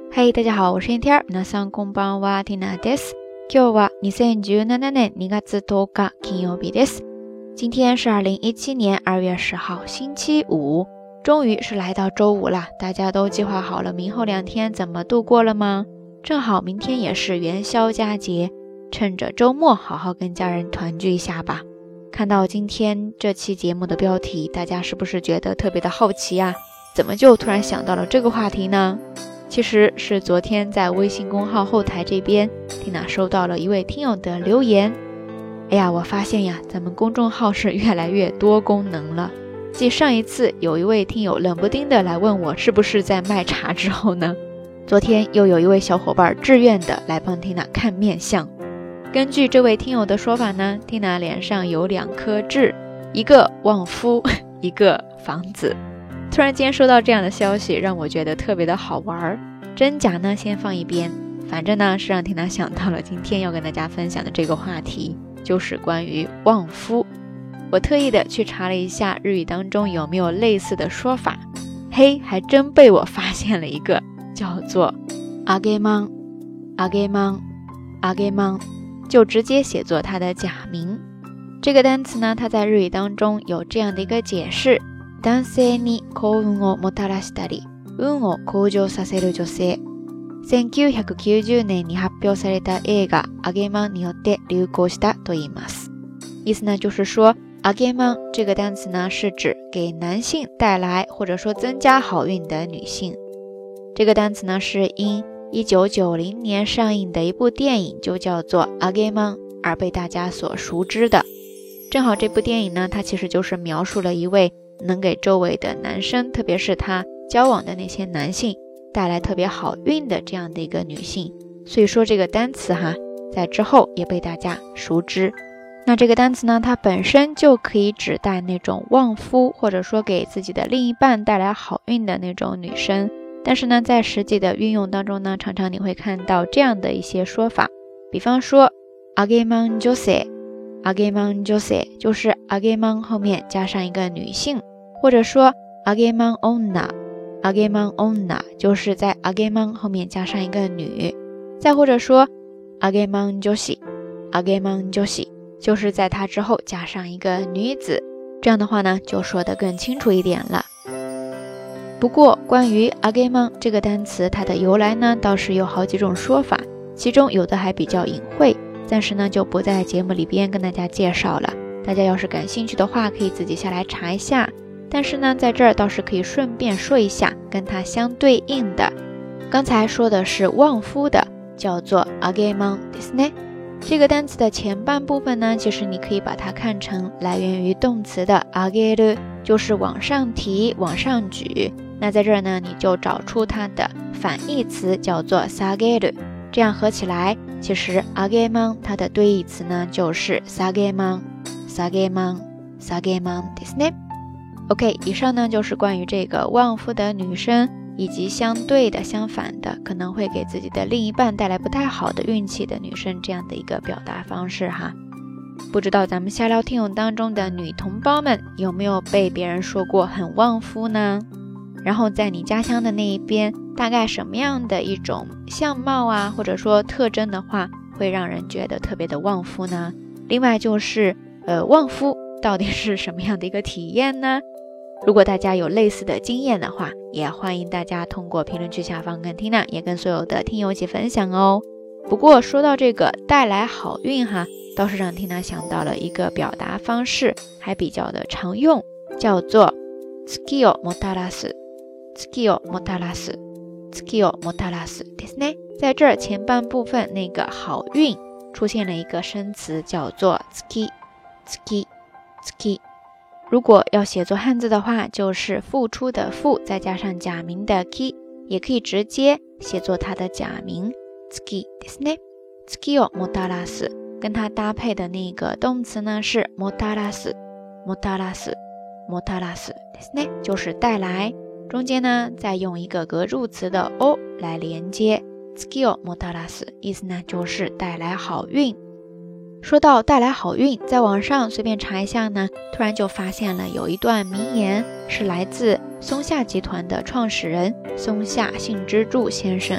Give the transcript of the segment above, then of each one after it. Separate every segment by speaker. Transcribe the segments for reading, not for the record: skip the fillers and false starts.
Speaker 1: 嘿，大家好，我是天天。皆さんこんばんは、ティナです。今日は2017年2月10日金曜日です。今天是2017年2月10号星期五，终于是来到周五了。大家都计划好了明后2天怎么度过了吗？正好明天也是元宵佳节，趁着周末好好跟家人团聚一下吧。看到今天这期节目的标题，大家是不是觉得特别的好奇啊？怎么就突然想到了这个话题呢？其实是昨天在微信公号后台这边，Tina收到了一位听友的留言。哎呀，我发现呀，咱们公众号是越来越多功能了。继上一次有一位听友冷不丁的来问我是不是在卖茶之后呢，昨天又有一位小伙伴自愿的来帮 Tina 看面相。根据这位听友的说法呢， Tina 脸上有2颗痣，一个旺夫，一个房子。突然间收到这样的消息，让我觉得特别的好玩，真假呢先放一边，反正呢是让Tina想到了今天要跟大家分享的这个话题，就是关于旺夫。我特意的去查了一下日语当中有没有类似的说法，嘿，还真被我发现了一个，叫做あげまんあげまんあげまん，就直接写作它的假名。这个单词呢，它在日语当中有这样的一个解释，男性に幸運をもたらしたり運を向上させる女性。1990年に発表された映画あげまんによって流行したと言います。意思呢就是说あげまん这个单词呢是指给男性带来或者说增加好运的女性。这个单词呢是因1990年上映的一部电影就叫做あげまん而被大家所熟知的。正好这部电影呢，它其实就是描述了一位能给周围的男生，特别是他交往的那些男性带来特别好运的这样的一个女性，所以说这个单词在之后也被大家熟知。那这个单词呢，它本身就可以指代那种旺夫，或者說給自己的另一半帶來好運的那種女生。但是呢，在實際的運用當中呢，常常你會看到這樣的一些說法，比方說あげまん女性，あげまん女性就是あげまん後面加上一個女性，或者說あげまん女，あげまん女就是在あげまん後面加上一個女，再或者說あげまん女子，あげまん女子就是在它之后加上一个女子，这样的话呢就说得更清楚一点了。不过关于あげまん这个单词，它的由来呢倒是有好几种说法，其中有的还比较隐晦，暂时呢就不在节目里边跟大家介绍了，大家要是感兴趣的话可以自己下来查一下。但是呢在这儿倒是可以顺便说一下跟它相对应的，刚才说的是旺夫的叫做あげまんですね。这个单词的前半部分呢，其实你可以把它看成来源于动词的上げる，就是往上提往上举。那在这儿呢你就找出它的反义词叫做下げる，这样合起来其实上げまん它的对义词呢就是下げまん下げまん下げまんですね。 OK， 以上呢就是关于这个旺夫的女生以及相对的相反的可能会给自己的另一半带来不太好的运气的女生这样的一个表达方式不知道咱们瞎聊听友当中的女同胞们有没有被别人说过很旺夫呢？然后在你家乡的那一边大概什么样的一种相貌或者说特征的话会让人觉得特别的旺夫呢？另外就是旺夫到底是什么样的一个体验呢？如果大家有类似的经验的话，也欢迎大家通过评论区下方跟 Tina 也跟所有的听友一起分享哦。不过说到这个带来好运倒是让 Tina 想到了一个表达方式，还比较的常用，叫做月をもたらす月をもたらす月をもたらすですね。在这儿前半部分那个好运出现了一个生词叫做月月月，如果要写作汉字的话，就是付出的付再加上假名的 ki， 也可以直接写作它的假名月ですね。月をもたらす跟它搭配的那个动词呢是もたらすもたらすもたらすですね，就是带来，中间呢再用一个格助词的 o 来连接，月をもたらす意思呢就是带来好运。说到带来好运，在网上随便查一下呢，突然就发现了有一段名言是来自松下集团的创始人松下幸之助先生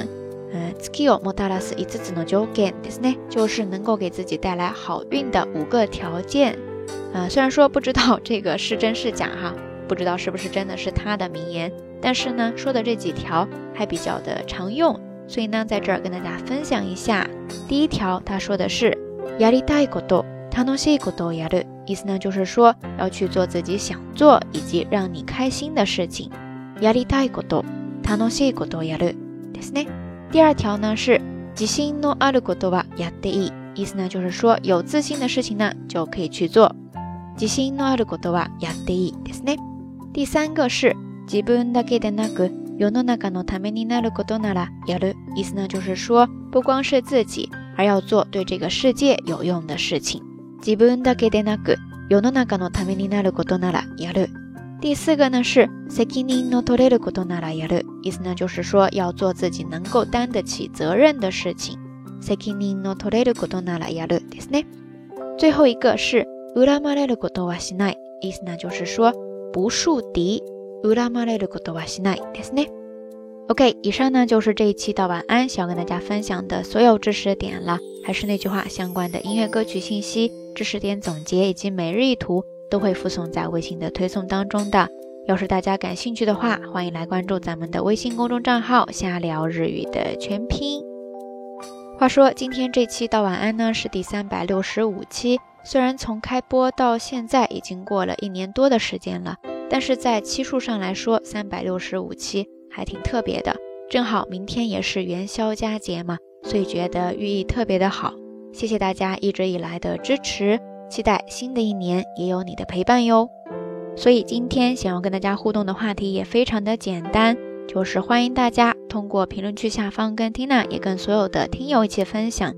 Speaker 1: 月をもたらす5つの条件ですね，就是能够给自己带来好运的5个条件。虽然说不知道这个是真是假哈，不知道是不是真的是他的名言，但是呢，说的这几条还比较的常用，所以呢，在这儿跟大家分享一下。第一条，他说的是やりたいこと、楽しいことをやる，意思呢就是说要去做自己想做以及让你开心的事情。やりたいこと、楽しいことをやるですね。第二条呢是自信のあることはやっていい，意思呢就是说有自信的事情呢就可以去做。自信のあることはやっていいですね。第三个是自分だけでなく世の中のためになることならやる，意思呢就是说不光是自己，而要做对这个世界有用的事情。自分だけでなく世の中のためになることならやる。第四个呢是責任の取れることならやる，意思呢就是说要做自己能够担得起责任的事情。責任の取れることならやるですね。最后一个是恨まれることはしない，意思呢就是说不树敌。恨まれることはしないですね。OK， 以上呢就是这一期到晚安想要跟大家分享的所有知识点了。还是那句话，相关的音乐歌曲信息、知识点总结以及每日一图都会附送在微信的推送当中的。要是大家感兴趣的话，欢迎来关注咱们的微信公众账号瞎聊日语的全拼。话说今天这期到晚安呢是第365期，虽然从开播到现在已经过了1年多的时间了，但是在期数上来说365期还挺特别的，正好明天也是元宵佳节嘛，所以觉得寓意特别的好。谢谢大家一直以来的支持，期待新的一年也有你的陪伴哟。所以今天想要跟大家互动的话题也非常的简单，就是欢迎大家通过评论区下方跟 Tina 也跟所有的听友一起分享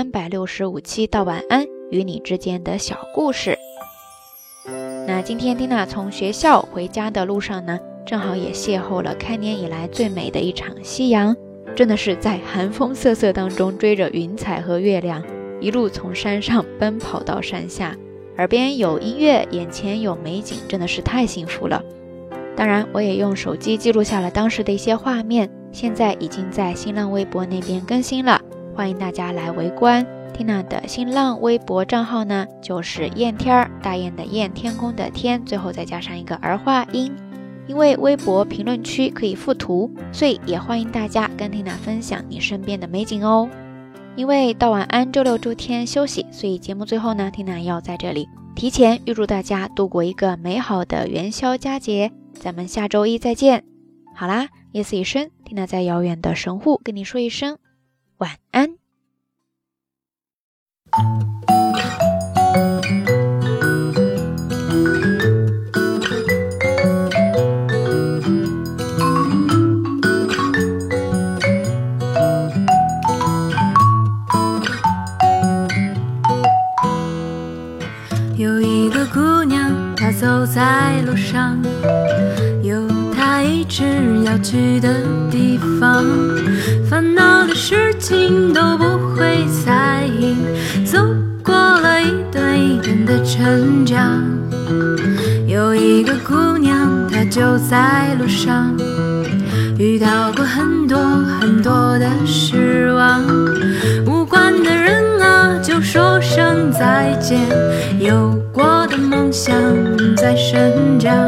Speaker 1: 365期到晚安与你之间的小故事。那今天 Tina 从学校回家的路上呢，正好也邂逅了开年以来最美的一场夕阳，真的是在寒风瑟瑟当中追着云彩和月亮，一路从山上奔跑到山下，耳边有音乐，眼前有美景，真的是太幸福了。当然我也用手机记录下了当时的一些画面，现在已经在新浪微博那边更新了，欢迎大家来围观。Tina 的新浪微博账号呢就是燕天，大雁的雁，天空的天，最后再加上一个儿化音。因为微博评论区可以附图，所以也欢迎大家跟 Tina 分享你身边的美景哦。因为到晚安周六周天休息，所以节目最后呢 Tina 要在这里提前预祝大家度过一个美好的元宵佳节，咱们下周一再见。好啦，夜色已深， Tina 在遥远的神户跟你说一声晚安。
Speaker 2: 有一个姑娘，她走在路上，有她一直要去的地方，烦恼的事情都不会在意，走过了一段一段的成长。有一个姑娘，她就在路上，遇到过很多很多的失望，无关的人啊就说声再见，有过的梦想在生长。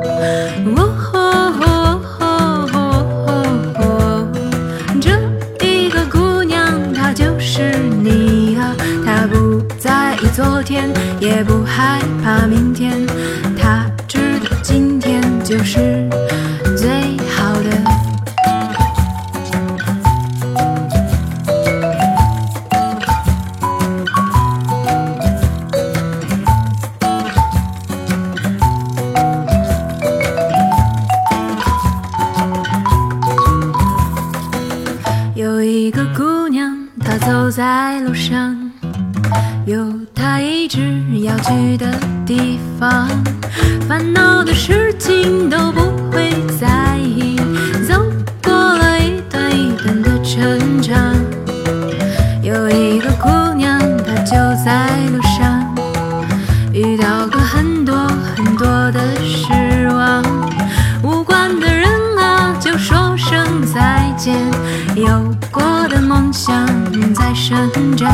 Speaker 2: 这一个姑娘她就是你啊，她不在意昨天，也不害怕明天，她知道今天就是最好的。有一个姑娘，她走在路上，有她一直要去的地方，烦恼的事情都不会在意，走过了一段一段的成长。有一个姑娘，她就在路上，遇到过很多很多的失望，无关的人啊就说声再见， 有过的梦想在生长。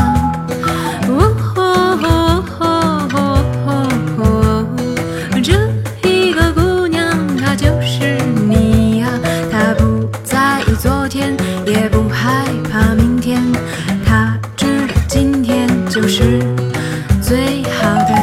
Speaker 2: 这一个姑娘，她就是你呀，她不在意昨天，也不害怕明天，她知道今天就是最好的。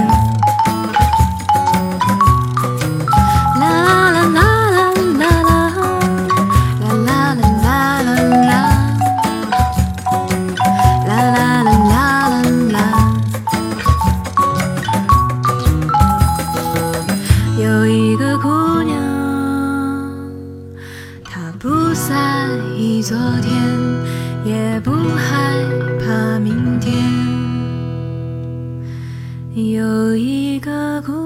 Speaker 2: 有一个姑娘，她不在意昨天，也不害怕明天。有一个姑娘。